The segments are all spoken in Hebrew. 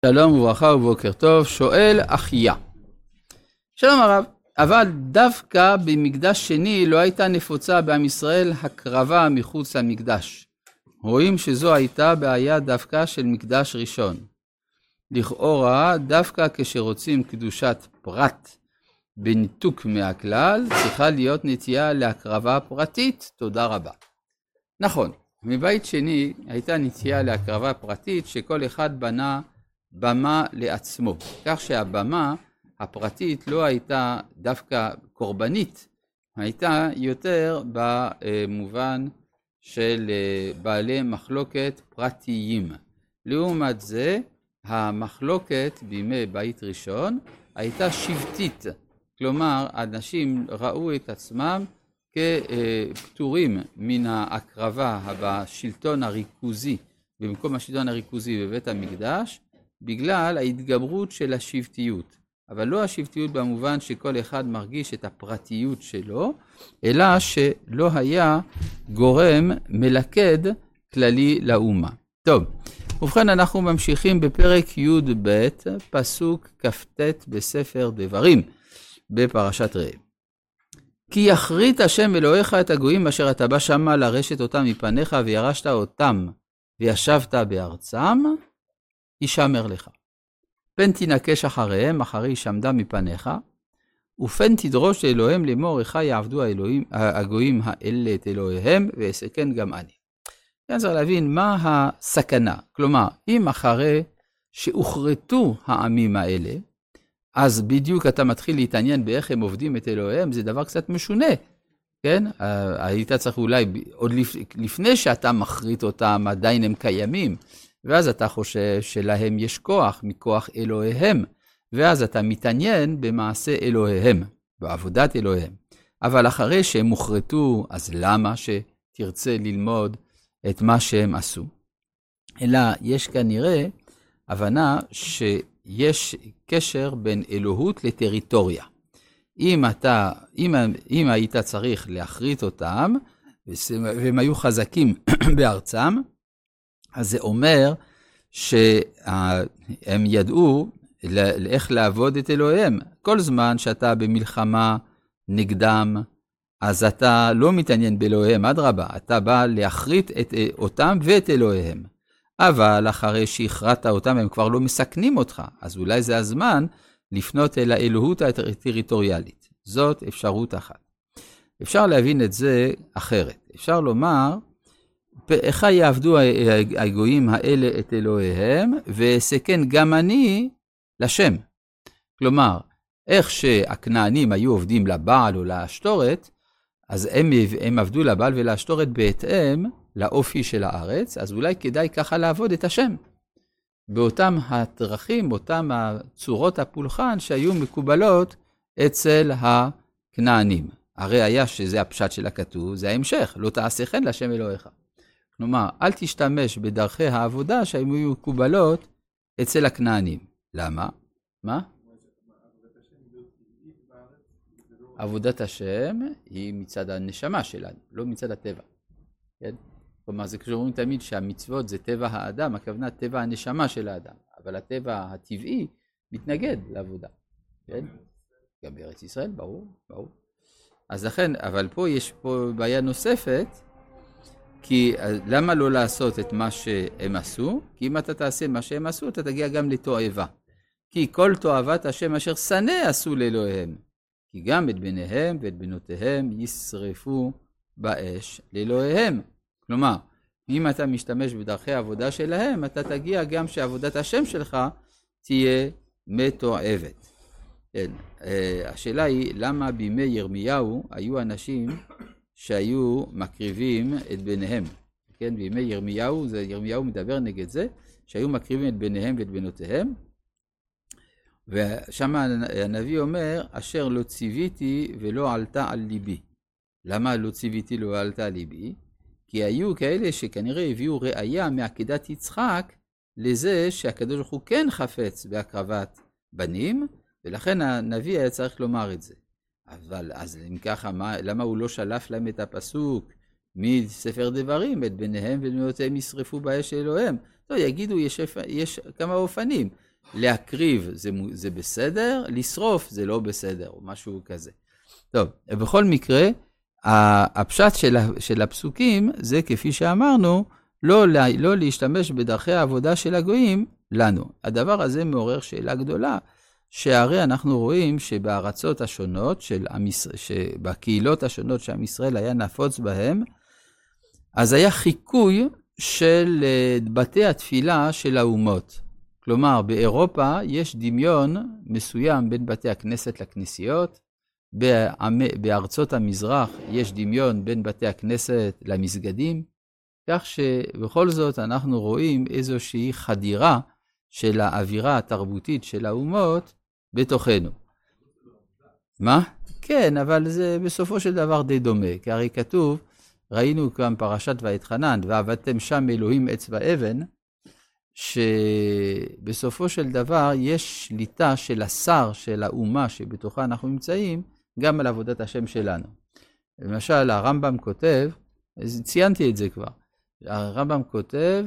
שלום וברכה ובוקר טוב, שואל אחיה. שלום הרב, אבל דווקא במקדש שני לא הייתה נפוצה בעם ישראל הקרבה מחוץ למקדש. רואים שזו הייתה בעיה דווקא של מקדש ראשון. לכאורה, דווקא כשרוצים קדושת פרט בניתוק מהכלל, צריכה להיות נטייה להקרבה פרטית. תודה רבה. נכון, מבית שני הייתה נטייה להקרבה פרטית שכל אחד בנה במה לעצמו, כך שהבמה הפרטית לא הייתה דווקא קורבנית, הייתה יותר במובן של בעלי מחלוקת פרטיים. לעומת זה, המחלוקת בימי בית ראשון הייתה שבטית, כלומר אנשים ראו את עצמם כפטורים מן ההקרבה בשלטון הריכוזי, במקום השלטון הריכוזי בבית המקדש, בגלל ההתגברות של השבטיות, אבל לא השבטיות במובן שכל אחד מרגיש את הפרטיות שלו, אלא שלא היה גורם מלכד כללי לאומה. טוב, ובכן אנחנו ממשיכים בפרק י"ב, פסוק כ"ט בספר דברים, בפרשת ראה. כי יכרית השם אלוהיך את הגויים אשר אתה בא שמה לרשת אותם מפניך וירשת אותם וישבת בארצם, ישמר לך. פן תנקש אחריהם, אחרי ישמדה מפניך, ופן תדרוש לאלוהים לאמור, איך יעבדו הגויים האלה את אלוהיהם, ואסכן גם אני. כאן צריך להבין מה הסכנה. כלומר, אם אחרי שהוכרתו העמים האלה, אז בדיוק אתה מתחיל להתעניין באיך הם עובדים את אלוהיהם, זה דבר קצת משונה. כן? היית צריך אולי, עוד לפני שאתה מכרית אותם, עדיין הם קיימים, ואז אתה חושב שלהם יש כוח מכוח אלוהיהם, ואז אתה מתעניין במעשה אלוהיהם, בעבודת אלוהיהם. אבל אחרי שהם מוכרתו, אז למה שתרצה ללמוד את מה שהם עשו? אלא יש כנראה הבנה שיש קשר בין אלוהות לטריטוריה. אם היית צריך להכרית אותם, והם היו חזקים בארצם, אז זה אומר שהם ידעו איך לעבוד את אלוהיהם. כל זמן שאתה במלחמה נגדם, אז אתה לא מתעניין באלוהיהם, אדרבה, אתה בא להכרית אותם ואת אלוהיהם. אבל אחרי שהכרית אותם, הם כבר לא מסכנים אותך, אז אולי זה הזמן לפנות אל האלוהות הטריטוריאלית. זאת אפשרות אחת. אפשר להבין את זה אחרת. אפשר לומר, איך יעבדו הגויים האלה את אלוהיהם, ואסכן גם אני לשם. כלומר, איך שהכנענים היו עובדים לבעל או לאשתורת, אז הם עבדו לבעל ולאשתורת בהתאם לאופי של הארץ, אז אולי כדאי ככה לעבוד את השם. באותם הדרכים, אותם הצורות הפולחן שהיו מקובלות אצל הכנענים. הרי היה שזה הפשט של הכתוב, זה ההמשך, לא תעשה כן לשם אלוהיך. כלומר, אל תשתמש בדרכי העבודה שהן היו מקובלות אצל הכנענים. למה? מה? עבודת השם היא מצד הנשמה שלנו, לא מצד הטבע. כן? כלומר, זה כשאומרים תמיד שהמצוות זה טבע האדם, הכוונה טבע הנשמה של האדם, אבל הטבע הטבעי מתנגד לעבודה. כן? גם בארץ ישראל, ברור, ברור. אז לכן, אבל פה יש פה בעיה נוספת, כי למה לא לעשות את מה שהם עשו? כי אם אתה תעשה מה שהם עשו, אתה תגיע גם לתועבה. כי כל תועבת השם אשר שנא עשו לאלוהיהם. כי גם את בניהם ואת בנותיהם ישרפו באש לאלוהיהם. כלומר, אם אתה משתמש בדרכי העבודה שלהם, אתה תגיע גם שעבודת השם שלך תהיה מתועבת. כן. השאלה היא, למה בימי ירמיהו היו אנשים שהיו מקריבים את בניהם? כן, בימי ירמיהו, ירמיהו מדבר נגד זה, שהיו מקריבים את בניהם ואת בנותיהם, ושם הנביא אומר, אשר לא ציוויתי ולא עלתה על ליבי. למה לא ציוויתי ולא עלתה על ליבי? כי היו כאלה שכנראה הביאו ראייה מעקדת יצחק לזה שהקדוש ברוך הוא כן חפץ בהקרבת בנים, ולכן הנביא היה צריך לומר את זה. אבל אז אם ככה, למה הוא לא שלף להם את הפסוק מספר דברים, את בניהם ובנותיהם ישרפו באש אלוהיהם? לא, יגידו, יש כמה אופנים. להקריב זה בסדר, לשרוף זה לא בסדר, או משהו כזה. טוב, בכל מקרה, הפשט של הפסוקים זה כפי שאמרנו, לא להשתמש בדרכי העבודה של הגויים לנו. הדבר הזה מעורר שאלה גדולה, שהרי אנחנו רואים שבארצות השונות, בקהילות השונות שעם ישראל היה נפוץ בהם, אז היה חיקוי של בתי התפילה של האומות. כלומר, באירופה יש דמיון מסוים בין בתי הכנסת לכנסיות, בארצות המזרח יש דמיון בין בתי הכנסת למסגדים, כך שבכל זאת אנחנו רואים איזושהי חדירה של האווירה התרבותית של האומות בתוכנו. מה? כן, אבל זה בסופו של דבר די דומה, כי הרי כתוב, ראינו כאן פרשת ואתחנן, ועבדתם שם אלוהים עץ ואבן, שבסופו של דבר יש שליטה של השר של האומה שבתוכה אנחנו נמצאים, גם על עבודת השם שלנו. למשל, הרמב"ם כותב, ציינתי את זה כבר, הרמב"ם כותב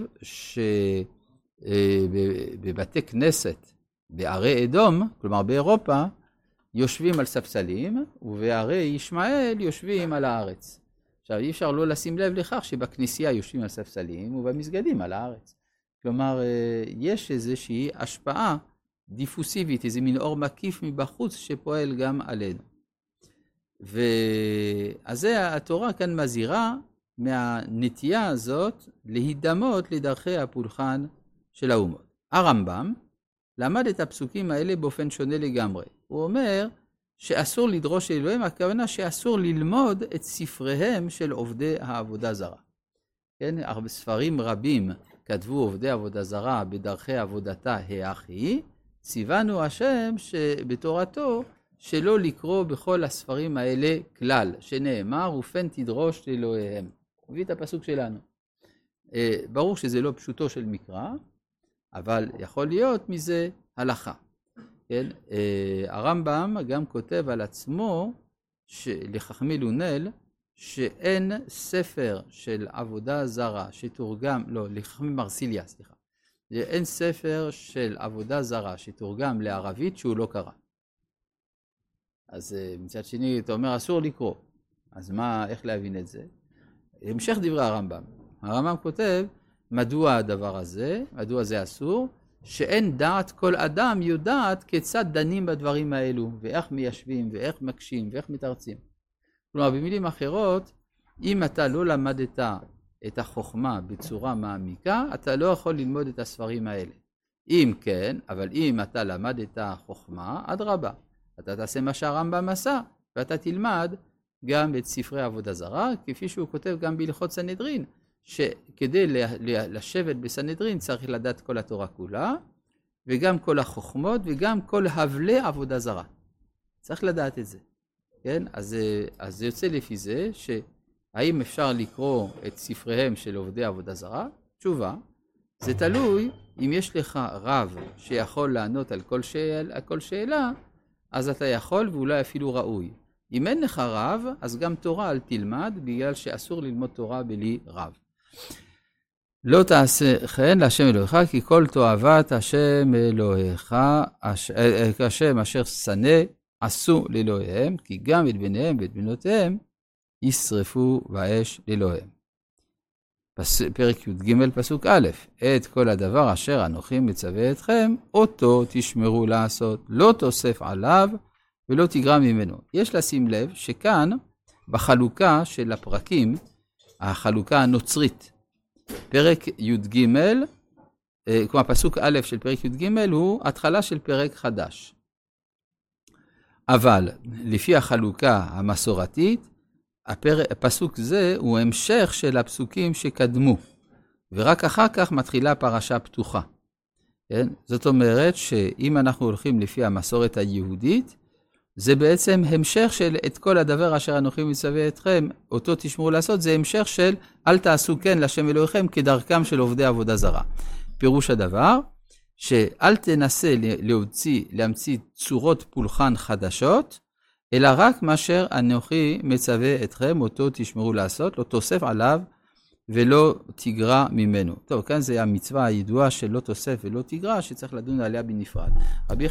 שבבתי כנסת, בערי אדום, כלומר באירופה, יושבים על ספסלים, ובערי ישמעאל יושבים על הארץ. עכשיו, אי אפשר לא לשים לב לכך שבכנסייה יושבים על ספסלים, ובמסגדים על הארץ. כלומר, יש איזושהי השפעה דיפוסיבית, איזה מין אור מקיף מבחוץ שפועל גם עלינו. אז זה התורה כאן מזהירה מהנטייה הזאת להידמות לדרכי הפולחן של האומות. הרמב"ם למד את הפסוקים האלה באופן שונה לגמרי. הוא אומר שאסור לדרוש אלוהים, הכוונה שאסור ללמוד את ספריהם של עובדי העבודה זרה. כן, ספרים רבים כתבו עובדי עבודה זרה בדרכי עבודתה האחי, ציוונו השם שבתורתו שלא לקרוא בכל הספרים האלה כלל, שנאמר ופן תדרוש לאלוהיהם. הביא את הפסוק שלנו. ברור שזה לא פשוטו של מקרא, אבל יכול להיות מזה הלכה. כן? הרמב"ם גם כותב על עצמו לחכמי לונל, שאין ספר של עבודה זרה שתורגם, לא, לחכמי מרסיליה, סליחה. אין ספר של עבודה זרה שתורגם לערבית שהוא לא קרא. אז מצד שני, אתה אומר, אסור לקרוא. אז מה, איך להבין את זה? המשך דברי הרמב"ם. הרמב"ם כותב, מדוע הדבר הזה, מדוע זה אסור? שאין דעת כל אדם יודעת כיצד דנים בדברים האלו, ואיך מיישבים, ואיך מקשים, ואיך מתרצים. כלומר, במילים אחרות, אם אתה לא למדת את החוכמה בצורה מעמיקה, אתה לא יכול ללמוד את הספרים האלה. אם כן, אבל אם אתה למדת חוכמה, אדרבה. אתה תעשה מה שהרמב"ם עשה, ואתה תלמד גם את ספרי עבודה זרה, כפי שהוא כותב גם בהלכות סנהדרין, שכדי לשבת בסנהדרין צריך לדעת כל התורה כולה, וגם כל החוכמות, וגם כל הבלי עבודה זרה. צריך לדעת את זה. כן? אז זה יוצא לפי זה, שהאם אפשר לקרוא את ספריהם של עובדי עבודה זרה? תשובה, זה תלוי אם יש לך רב שיכול לענות על כל שאלה, אז אתה יכול ואולי אפילו ראוי. אם אין לך רב, אז גם תורה אל תלמד, בגלל שאסור ללמוד תורה בלי רב. לא תעשה כן להשם אלוהיך, כי כל תועבת השם אלוהיך, השם אשר שנא עשו לאלוהיהם, כי גם את בניהם ואת בנותיהם ישרפו באש לאלוהיהם. פרק י"ג פסוק א', את כל הדבר אשר אנוכי מצווה אתכם, אותו תשמרו לעשות, לא תוסף עליו ולא תגרע ממנו. יש לשים לב שכאן, בחלוקה של הפרקים, החלוקה הנוצרית, פרק י"ג, כלומר פסוק א' של פרק י"ג הוא התחלה של פרק חדש. אבל לפי החלוקה המסורתית, הפסוק זה הוא המשך של הפסוקים שקדמו, ורק אחר כך מתחילה פרשה פתוחה. כן? זאת אומרת שאם אנחנו הולכים לפי המסורת היהודית, זה בעצם המשך של את כל הדבר אשר אנוכי מצווה אתכם, אותו תשמרו לעשות, זה המשך של אל תעשו כן להשם אלוהיכם כדרכם של עובדי עבודה זרה. פירוש הדבר, שאל תנסה להמציא צורות פולחן חדשות, אלא רק מאשר אנוכי מצווה אתכם, אותו תשמרו לעשות, לא תוסף עליו ולא תגרע ממנו. טוב, כאן זה המצווה הידועה של לא תוסף ולא תגרע, שצריך לדון עליה בנפרד. רבי